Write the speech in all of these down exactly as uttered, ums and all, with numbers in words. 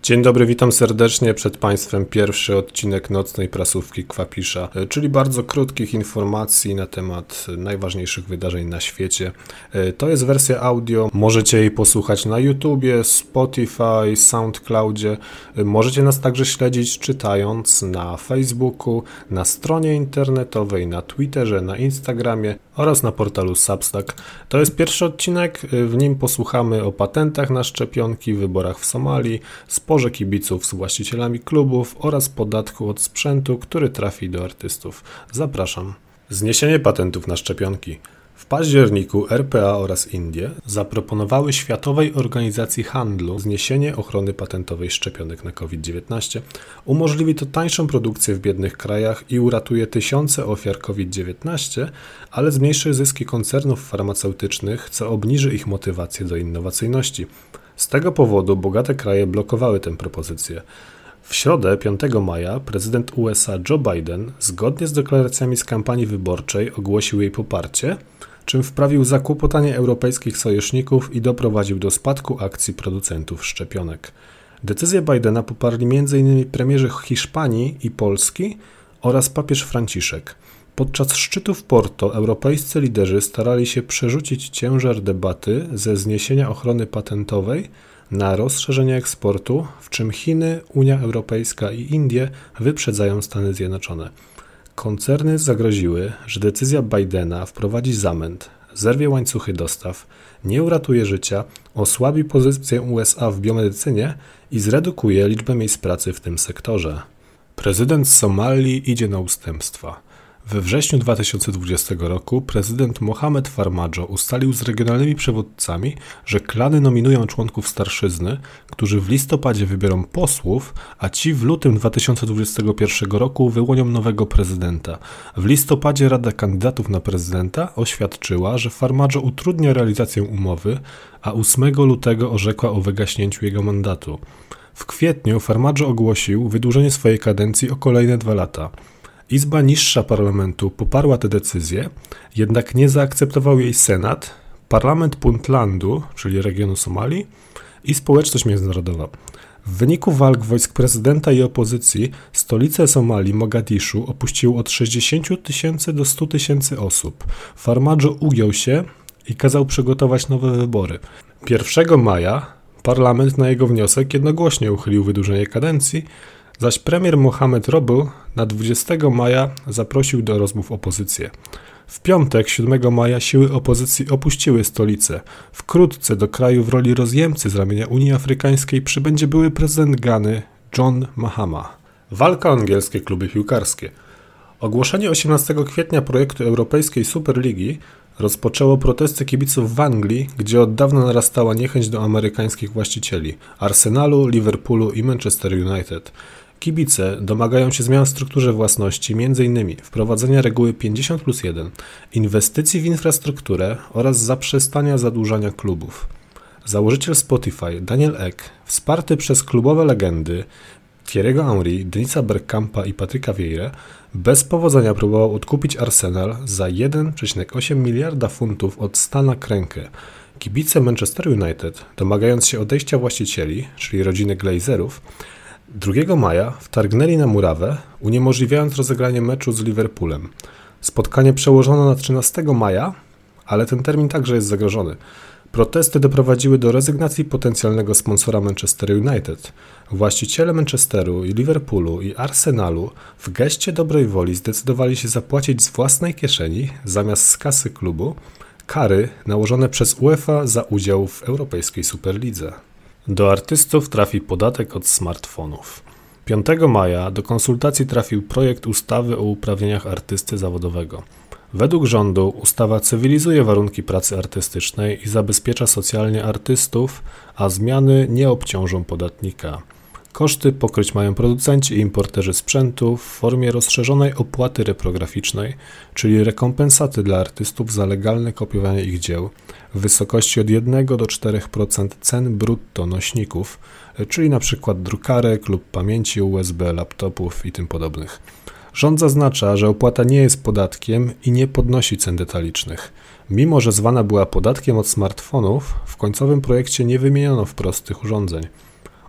Dzień dobry, witam serdecznie. Przed Państwem pierwszy odcinek nocnej prasówki Kwapisza, czyli bardzo krótkich informacji na temat najważniejszych wydarzeń na świecie. To jest wersja audio, możecie jej posłuchać na YouTubie, Spotify, SoundCloudzie. Możecie nas także śledzić czytając na Facebooku, na stronie internetowej, na Twitterze, na Instagramie oraz na portalu Substack. To jest pierwszy odcinek, w nim posłuchamy o patentach na szczepionki, wyborach w Somalii, sporze kibiców z właścicielami klubów oraz podatku od sprzętu, który trafi do artystów. Zapraszam. Zniesienie patentów na szczepionki. W październiku R P A oraz Indie zaproponowały Światowej Organizacji Handlu zniesienie ochrony patentowej szczepionek na COVID dziewiętnaście. Umożliwi to tańszą produkcję w biednych krajach i uratuje tysiące ofiar COVID dziewiętnaście, ale zmniejszy zyski koncernów farmaceutycznych, co obniży ich motywację do innowacyjności. Z tego powodu bogate kraje blokowały tę propozycję. W środę, piątego maja, prezydent U S A Joe Biden, zgodnie z deklaracjami z kampanii wyborczej, ogłosił jej poparcie, czym wprawił zakłopotanie europejskich sojuszników i doprowadził do spadku akcji producentów szczepionek. Decyzję Bidena poparli między innymi premierzy Hiszpanii i Polski oraz papież Franciszek. Podczas szczytu w Porto europejscy liderzy starali się przerzucić ciężar debaty ze zniesienia ochrony patentowej na rozszerzenie eksportu, w czym Chiny, Unia Europejska i Indie wyprzedzają Stany Zjednoczone. Koncerny zagroziły, że decyzja Bidena wprowadzi zamęt, zerwie łańcuchy dostaw, nie uratuje życia, osłabi pozycję U S A w biomedycynie i zredukuje liczbę miejsc pracy w tym sektorze. Prezydent Somalii idzie na ustępstwa. We wrześniu dwa tysiące dwudziestego roku prezydent Mohamed Farmajo ustalił z regionalnymi przywódcami, że klany nominują członków starszyzny, którzy w listopadzie wybiorą posłów, a ci w lutym dwa tysiące dwudziestego pierwszego roku wyłonią nowego prezydenta. W listopadzie Rada Kandydatów na prezydenta oświadczyła, że Farmajo utrudnia realizację umowy, a ósmego lutego orzekła o wygaśnięciu jego mandatu. W kwietniu Farmajo ogłosił wydłużenie swojej kadencji o kolejne dwa lata. Izba niższa parlamentu poparła tę decyzję, jednak nie zaakceptował jej Senat, parlament Puntlandu, czyli regionu Somalii, i społeczność międzynarodowa. W wyniku walk wojsk prezydenta i opozycji stolicę Somalii, Mogadiszu, opuściło od sześćdziesięciu tysięcy do stu tysięcy osób. Farmajo ugiął się i kazał przygotować nowe wybory. pierwszego maja parlament na jego wniosek jednogłośnie uchylił wydłużenie kadencji, zaś premier Mohamed Roble na dwudziestego maja zaprosił do rozmów opozycję. W piątek, siódmego maja, siły opozycji opuściły stolicę. Wkrótce do kraju w roli rozjemcy z ramienia Unii Afrykańskiej przybędzie były prezydent Gany John Mahama. Walka o angielskie kluby piłkarskie. Ogłoszenie osiemnastego kwietnia projektu Europejskiej Superligi rozpoczęło protesty kibiców w Anglii, gdzie od dawna narastała niechęć do amerykańskich właścicieli Arsenalu, Liverpoolu i Manchester United. Kibice domagają się zmian w strukturze własności, m.in. wprowadzenia reguły pięćdziesiąt plus jeden, inwestycji w infrastrukturę oraz zaprzestania zadłużania klubów. Założyciel Spotify, Daniel Ek, wsparty przez klubowe legendy Thierry'ego Henry, Denisa Bergkampa i Patryka Vieira, bez powodzenia próbował odkupić Arsenal za jeden przecinek osiem miliarda funtów od Stana Kroenke. Kibice Manchester United, domagając się odejścia właścicieli, czyli rodziny Glazerów, drugiego maja wtargnęli na murawę, uniemożliwiając rozegranie meczu z Liverpoolem. Spotkanie przełożono na trzynastego maja, ale ten termin także jest zagrożony. Protesty doprowadziły do rezygnacji potencjalnego sponsora Manchester United. Właściciele Manchesteru i Liverpoolu i Arsenalu w geście dobrej woli zdecydowali się zapłacić z własnej kieszeni, zamiast z kasy klubu, kary nałożone przez UEFA za udział w Europejskiej Superlidze. Do artystów trafi podatek od smartfonów. piątego maja do konsultacji trafił projekt ustawy o uprawnieniach artysty zawodowego. Według rządu ustawa cywilizuje warunki pracy artystycznej i zabezpiecza socjalnie artystów, a zmiany nie obciążą podatnika. Koszty pokryć mają producenci i importerzy sprzętu w formie rozszerzonej opłaty reprograficznej, czyli rekompensaty dla artystów za legalne kopiowanie ich dzieł w wysokości od jednego do czterech procent cen brutto nośników, czyli np. drukarek lub pamięci U S B, laptopów i tym podobnych. Rząd zaznacza, że opłata nie jest podatkiem i nie podnosi cen detalicznych. Mimo że zwana była podatkiem od smartfonów, w końcowym projekcie nie wymieniono wprost tych urządzeń.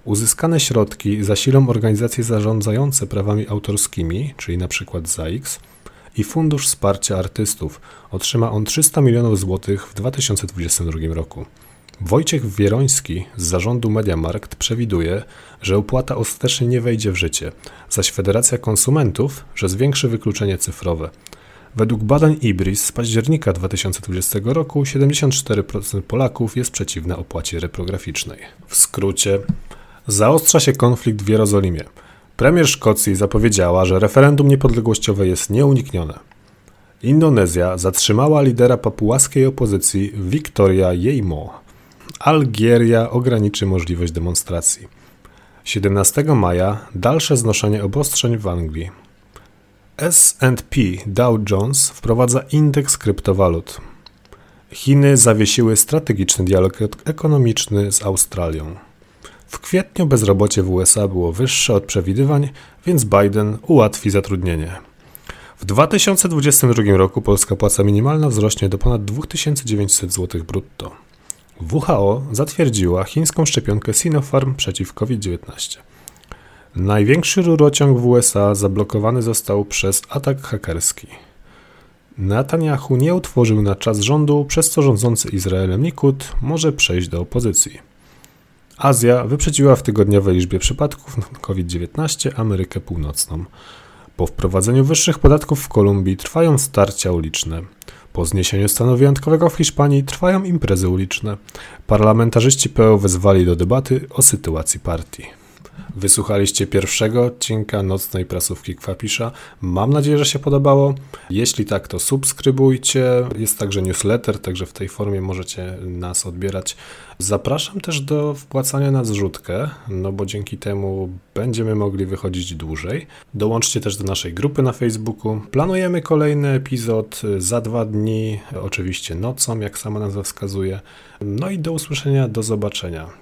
Uzyskane środki zasilą organizacje zarządzające prawami autorskimi, czyli np. ZAIKS, i Fundusz Wsparcia Artystów. Otrzyma on trzysta milionów złotych w dwa tysiące dwudziestym drugim roku. Wojciech Wieroński z zarządu Mediamarkt przewiduje, że opłata ostatecznie nie wejdzie w życie, zaś Federacja Konsumentów, że zwiększy wykluczenie cyfrowe. Według badań Ibris z października dwa tysiące dwudziestego roku siedemdziesiąt cztery procent Polaków jest przeciwne opłacie reprograficznej. W skrócie, zaostrza się konflikt w Jerozolimie. Premier Szkocji zapowiedziała, że referendum niepodległościowe jest nieuniknione. Indonezja zatrzymała lidera papułaskiej opozycji Victoria Yeymo. Algieria ograniczy możliwość demonstracji. siedemnastego maja dalsze znoszenie obostrzeń w Anglii. S and P Dow Jones wprowadza indeks kryptowalut. Chiny zawiesiły strategiczny dialog ekonomiczny z Australią. W kwietniu bezrobocie w U S A było wyższe od przewidywań, więc Biden ułatwi zatrudnienie. W dwa tysiące dwudziestym drugim roku polska płaca minimalna wzrośnie do ponad dwa tysiące dziewięćset złotych brutto. W H O zatwierdziła chińską szczepionkę Sinopharm przeciw COVID dziewiętnaście. Największy rurociąg w U S A zablokowany został przez atak hakerski. Netanyahu nie utworzył na czas rządu, przez co rządzący Izraelem Likud może przejść do opozycji. Azja wyprzedziła w tygodniowej liczbie przypadków COVID dziewiętnaście Amerykę Północną. Po wprowadzeniu wyższych podatków w Kolumbii trwają starcia uliczne. Po zniesieniu stanu wyjątkowego w Hiszpanii trwają imprezy uliczne. Parlamentarzyści P O wezwali do debaty o sytuacji partii. Wysłuchaliście pierwszego odcinka Nocnej Prasówki Kwapisza. Mam nadzieję, że się podobało. Jeśli tak, to subskrybujcie. Jest także newsletter, także w tej formie możecie nas odbierać. Zapraszam też do wpłacania na zrzutkę, no bo dzięki temu będziemy mogli wychodzić dłużej. Dołączcie też do naszej grupy na Facebooku. Planujemy kolejny epizod za dwa dni, oczywiście nocą, jak sama nazwa wskazuje. No i do usłyszenia, do zobaczenia.